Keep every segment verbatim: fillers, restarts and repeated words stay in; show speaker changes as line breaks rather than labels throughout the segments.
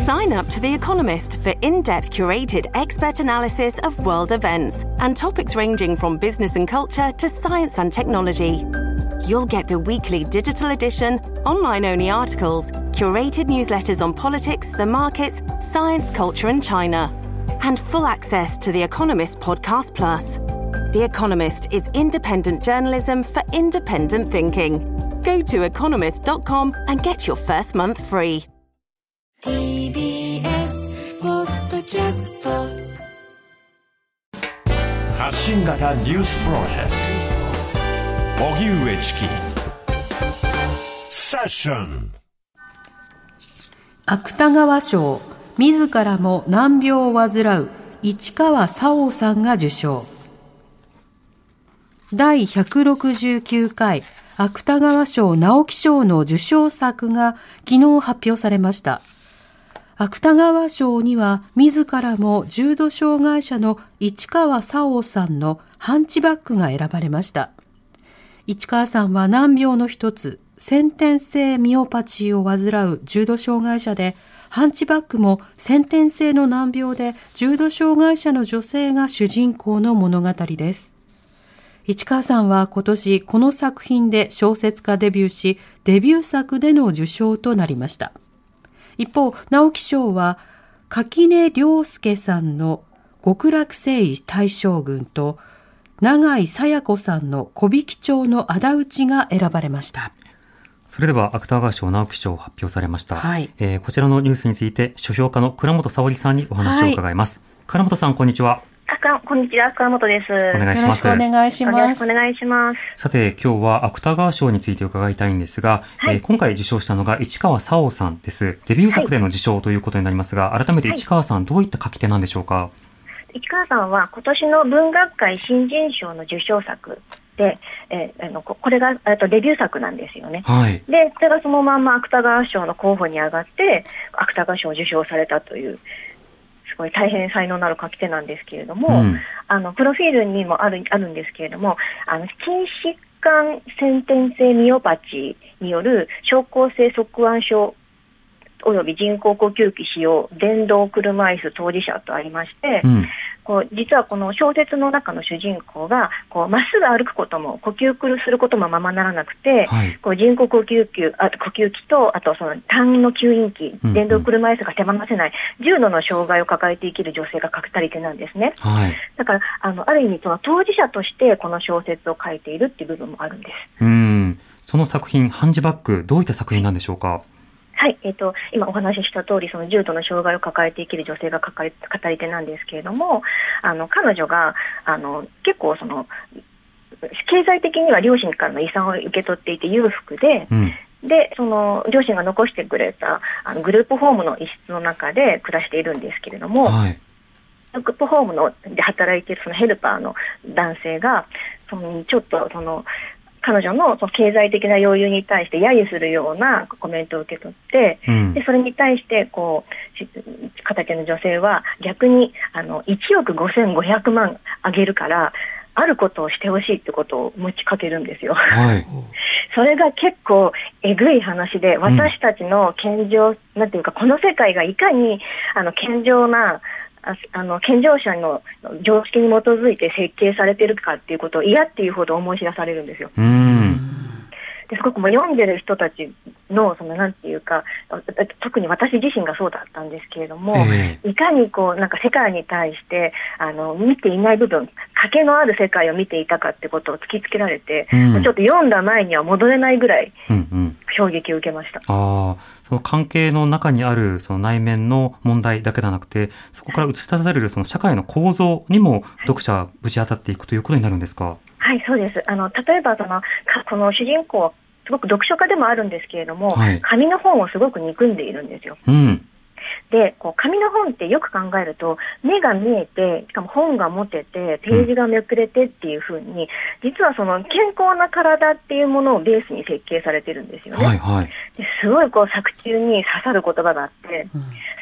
Sign up to The Economist for in-depth curated expert analysis of world events and topics ranging from business and culture to science and technology. You'll get the weekly digital edition, online-only articles, curated newsletters on politics, the markets, science, culture and China, and full access to The Economist Podcast Plus. The Economist is independent journalism for independent thinking. Go to economist dot com and get your first month free.
ティービーエス ポッドキャスト
発信型ニュースプロジェクト荻上チキセッション。
芥川賞、自らも難病を患う市川沙央さんが受賞。第ひゃくろくじゅうきゅうかい芥川賞直木賞の受賞作が昨日発表されました。芥川賞には自らも重度障害者の市川沙央さんのハンチバックが選ばれました。市川さんは難病の一つ、先天性ミオパチーを患う重度障害者で、ハンチバックも先天性の難病で重度障害者の女性が主人公の物語です。市川さんは今年この作品で小説家デビューし、デビュー作での受賞となりました。一方、直木賞は垣根涼介さんの極楽征夷大将軍と永井紗耶子さんの木挽町の仇討ちが選ばれました。
それでは芥川賞直木賞発表されました、
はい
えー、こちらのニュースについて書評家の倉本沙織さんにお話を伺います、はい、倉本さんこんにちは。
あ、こんにちは、倉本です。
お願いします。
よろしくお願いします。
よろしくお願いします。
さて今日は芥川賞について伺いたいんですが、はいえー、今回受賞したのが市川沙央さんです。デビュー作での受賞ということになりますが、はい、改めて市川さん、どういった書き手なんでしょうか。
市川さんは今年の文学界新人賞の受賞作で、えー、あのこれがとデビュー作なんですよね、
はい、
でそれがそのまま芥川賞の候補に上がって芥川賞を受賞されたというすごい大変才能のある書き手なんですけれども、うん、あのプロフィールにもある、あるんですけれども、あの筋疾患先天性ミオパチーによる症候性側腕症および人工呼吸器使用電動車椅子当事者とありまして、うん、こう実はこの小説の中の主人公がこうまっすぐ歩くことも呼吸することもままならなくて、はい、こう人工呼吸器、あと呼吸器とあとその単の吸引器、うんうん、電動車椅子が手放せない重度の障害を抱えて生きる女性が書きたり手なんですね、はい、だからあのある意味その当事者としてこの小説を書いているっていう部分もあるんです。
うん、その作品ハンチバック、どういった作品なんでしょうか。
はい、えーと、今お話しした通りその重度の障害を抱えて生きる女性が語り手なんですけれども、あの彼女があの結構その経済的には両親からの遺産を受け取っていて裕福で、うん、でその両親が残してくれたあのグループホームの一室の中で暮らしているんですけれども、はい、グループホームので働いているそのヘルパーの男性がそのちょっとその彼女 の, その経済的な余裕に対して揶揄するようなコメントを受け取って、うん、でそれに対してこう片手の女性は逆にあのいちおくごせんごひゃくまんあげるからあることをしてほしいってことを持ちかけるんですよ、はい、それが結構えぐい話で、私たちの健常、うん、なんていうかこの世界がいかにあの健常なああの健常者の常識に基づいて設計されているかっていうことを嫌っていうほど思い知らされるんですよ。うーんですごくもう読んでる人たち の, そのなんていうか特に私自身がそうだったんですけれども、えー、いかにこうなんか世界に対してあの見ていない部分、賭けのある世界を見ていたかってことを突きつけられて、うん、ちょっと読んだ前には戻れないぐらい衝撃を受けました、うんうん、
あその関係の中にあるその内面の問題だけではなくて、そこから映し出されるその社会の構造にも読者はぶち当たっていくということになるんですか。
はい、そうです。あの例えばそのこの主人公はすごく読書家でもあるんですけれども、はい、紙の本をすごく憎んでいるんですよ、うん、でこう紙の本ってよく考えると目が見えて、しかも本が持ててページがめくれてっていう風に、うん、実はその健康な体っていうものをベースに設計されてるんですよね、はいはい、ですごいこう作中に刺さる言葉があって、うん、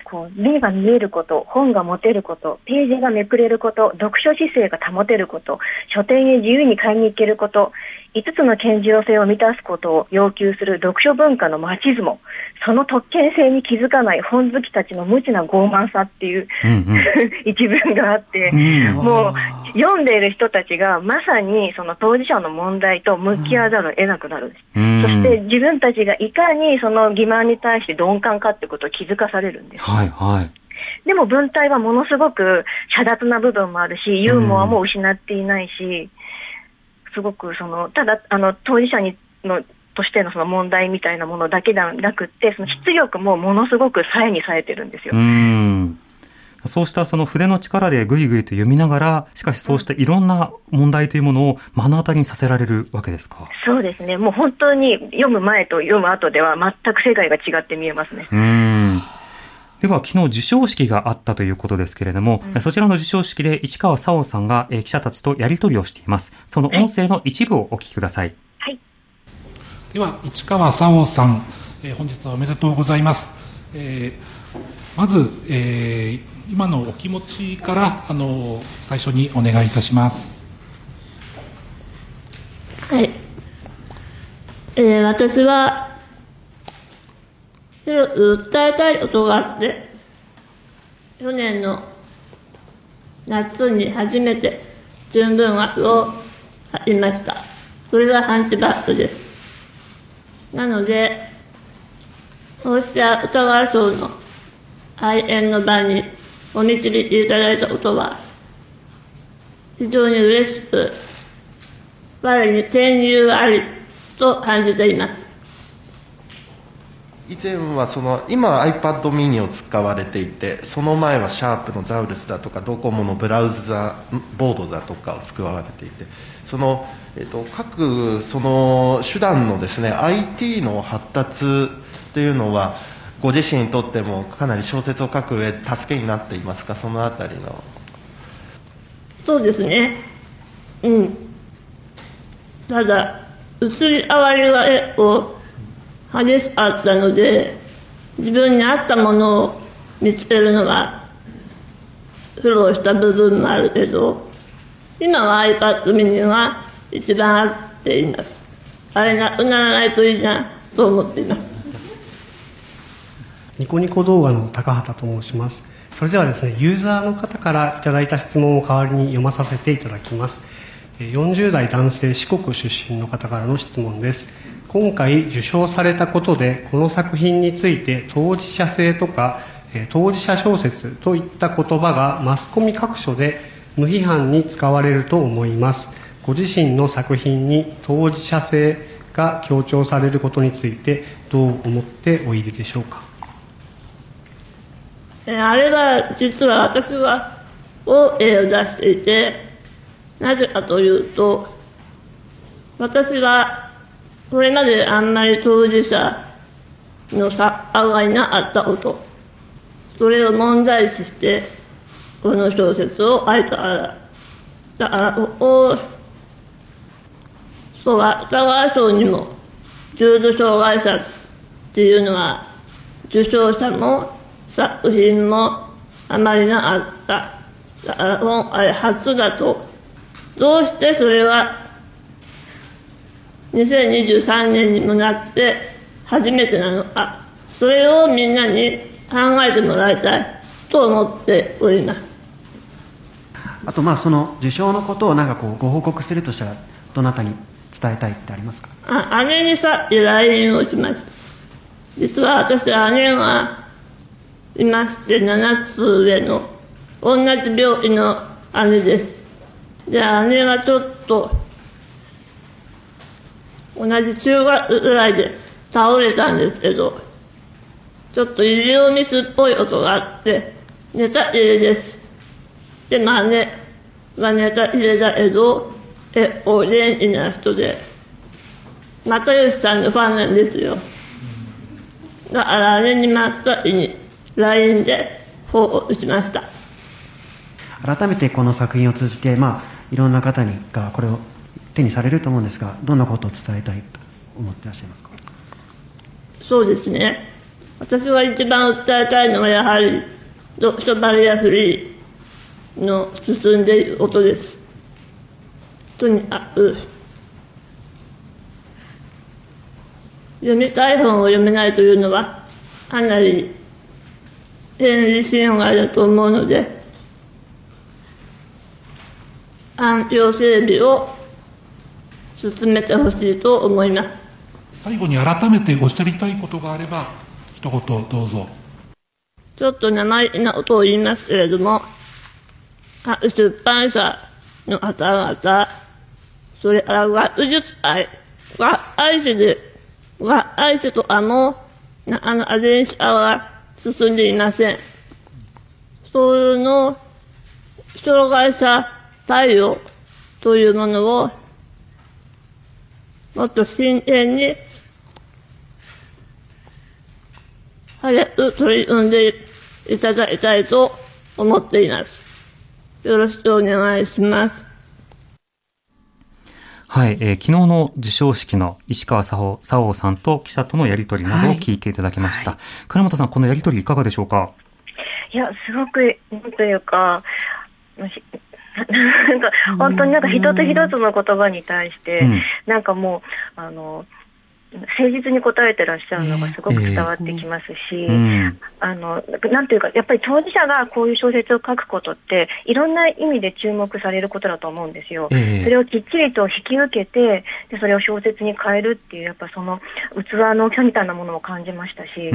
こう目が見えること、本が持てること、ページがめくれること、読書姿勢が保てること、書店へ自由に買いに行けること、いつつの堅実性を満たすことを要求する読書文化のマチズモ、その特権性に気づかない本好きたちの無知な傲慢さっていう、うんうん、一文があって、うん、もう読んでいる人たちがまさにその当事者の問題と向き合わざるを得なくなるんです、うん、そして自分たちがいかにその欺瞞に対して鈍感かってことを気づかされるんです、
はいはい。
でも文体はものすごく遮奪な部分もあるし、ユーモアも失っていないし、すごくそのただあの当事者にのとしてのその問題みたいなものだけではなくって、その出力もものすごく冴えに冴えてるんですよ。
うーん、そうしたその筆の力でぐいぐいと読みながら、しかしそうしたいろんな問題というものを目の当たりにさせられるわけですか。
そうですね。もう本当に読む前と読む後では全く世界が違って見えますね。
うーん。では昨日授賞式があったということですけれども、うん、そちらの授賞式で市川沙央さんが記者たちとやり取りをしています。その音声の一部をお聞きください。
はい。
では市川沙央さん、えー、本日はおめでとうございます。えー、まず、えー、今のお気持ちからあの最初にお願いいたします。
はい。えー、私は広く訴えたいことがあって、去年の夏に初めて純文学を書きました。それがハンチバックです。なので、こうした歌川賞の愛演の場にお導きいただいたことは、非常に嬉しく、我に転入がありと感じています。
以前はその今は iPad mini を使われていて、その前はシャープのザウルスだとかドコモのブラウザボードだとかを使われていて、その、えっと、各その手段のですね アイティー の発達というのはご自身にとってもかなり小説を書く上で助けになっていますか。そのあたりの。
そうですね、うん、ただ移り変わりが絵を激しかったので、自分に合ったものを見つけるのが苦労した部分もあるけど、今は iPad mini が一番合っています。あれなくならないといいなと思っています。
ニコニコ動画の高畑と申します。それではですね、ユーザーの方からいただいた質問を代わりに読まさせていただきます。よんじゅう代男性、四国出身の方からの質問です。今回受賞されたことで、この作品について当事者性とか当事者小説といった言葉がマスコミ各所で無批判に使われると思います。ご自身の作品に当事者性が強調されることについてどう思っておいででしょうか。
あれは実は私は オーエー を出していて、なぜかというと、私はこれまであんまり当事者の作家がいなかったこと、それを問題視してこの小説を書いたから。だからここそうは芥川賞にも重度障害者っていうのは受賞者も作品もあまりなかった。だから今回初だと、どうしてそれがにせんにじゅうさんねんにもなって初めてなのか、それをみんなに考えてもらいたいと思っております。
あとまあその受賞のことをなんかこうご報告するとしたらどなたに伝えたいってありますか。
あ、姉にさっき ライン をしました。実は私姉がいましてななつ上の同じ病気の姉です。で姉はちょっと同じ中学ぐらいで倒れたんですけど、ちょっと医療ミスっぽい音があって寝たきりです。でまあねは寝たきりだけど結構元気な人で、又吉さんのファンなんですよ。だから姉に真っ先に ライン で報告しました。
改めてこの作品を通じて、まあ、いろんな方にがこれを手にされると思うんですが、どんなことを伝えたいと思っていらっしゃいますか。
そうですね、 私が一番訴えたいのはやはり読書バリアフリーの進んでいることです。とにかく読みたい本を読めないというのはかなり権利侵害だと思うので、環境整備を進めてほしいと思います。
最後に改めておっしゃりたいことがあれば一言どうぞ。
ちょっと生意気なことを言いますけれども、各出版社の方々、それから学術会、学会誌で、学会誌とかも、なかなか電子化は進んでいません。そういうの、障害者対応というものを、もっと真剣に、早く取り組んでいただきたいと思っています。よろしくお願いします。
はい、えー、昨日の授賞式の石川沙央さんと記者とのやり取りなどを聞いていただきました。はい、倉本さん、このやり取りいかがでしょうか。
いや、すごく、なんというか、なんか本当になんか一つ一つの言葉に対して、うん、なんかもう、あの、誠実に答えてらっしゃるのがすごく伝わってきますし、えーうん、あのなんていうかやっぱり当事者がこういう小説を書くことっていろんな意味で注目されることだと思うんですよ、えー、それをきっちりと引き受けてでそれを小説に変えるっていうやっぱその器の巨みたいなものも感じましたし、うん、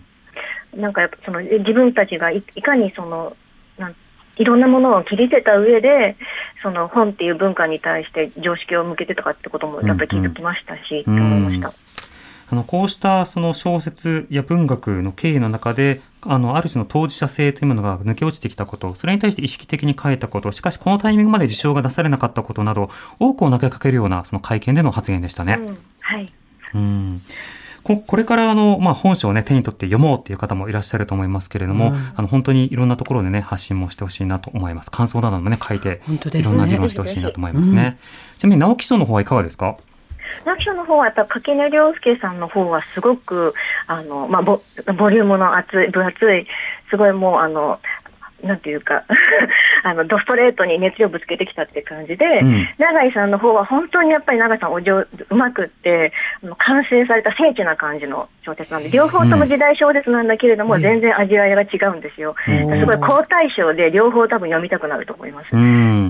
なんかやっぱその自分たちが い, いかにそのなんいろんなものを切り捨てた上でその本っていう文化に対して常識を向けてたかってこともやっぱり気づきましたし、うんうん、と思いました。
あのこうしたその小説や文学の経緯の中であのある種の当事者性というものが抜け落ちてきたこと、それに対して意識的に変えたこと、しかしこのタイミングまで受賞が出されなかったことなど多くを投げかけるようなその会見での発言でしたね。
うん、はい。
うんこ, これからあの、まあ、本書を、ね、手に取って読もうという方もいらっしゃると思いますけれども、うん、あの本当にいろんなところで、ね、発信もしてほしいなと思います。感想なども、ね、書いて、ね、いろんな議論してほしいなと思いますね。うん、ちなみに直木賞の方はいかがですか。
直木賞の方はやっぱ垣根涼介さんの方はすごくあの、まあ、ボ, ボリュームの厚い分厚いすごいもうあのなんていうかあのドストレートに熱量ぶつけてきたって感じで、うん、永井さんの方は本当にやっぱり永井さんお上うまくってあの完成された精緻な感じの小説なんで、両方とも時代小説なんだけれども、うん、全然味わいが違うんですよ、うん、すごい好対象で両方多分読みたくなると思います。
うん、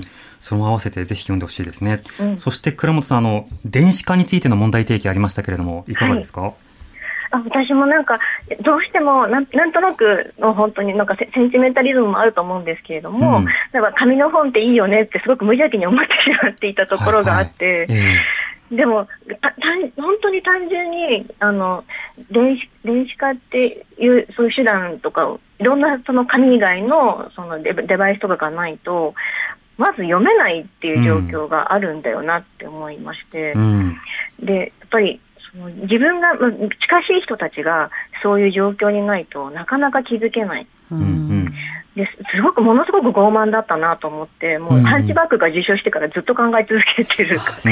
それも合わせてぜひ読んでほしいですね、うん、そして倉本さん、あの電子化についての問題提起ありましたけれどもいかがですか。はい、
あ私もなんかどうしてもなんなんとなくの本当になんかセンチメンタリズムもあると思うんですけれども、うん、なんか紙の本っていいよねってすごく無邪気に思ってしまっていたところがあって、はいはいえー、でもたた本当に単純にあの電子電子化っていうそういう手段とかいろんなその紙以外のそのデ, デバイスとかがないとまず読めないっていう状況があるんだよなって思いまして、うん、でやっぱり自分が近しい人たちがそういう状況にないとなかなか気づけない、うんうん、ですごくものすごく傲慢だったなと思ってもうハンチバックが受賞してからずっと考え続けてる、
うん、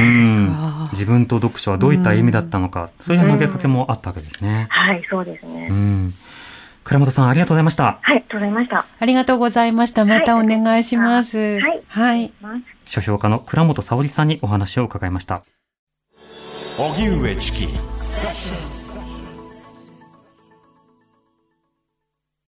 自分と読書はどういった意味だったのか、うん、そういう投げかけもあったわけですね、
うん、はいそうですね、
うん倉本さんありがとうございました。
はい、ありがとうございました。
ありがとうございました。またお願いします。はい。はい。
書評家の倉本沙織さんにお話を伺いました。
荻上チキ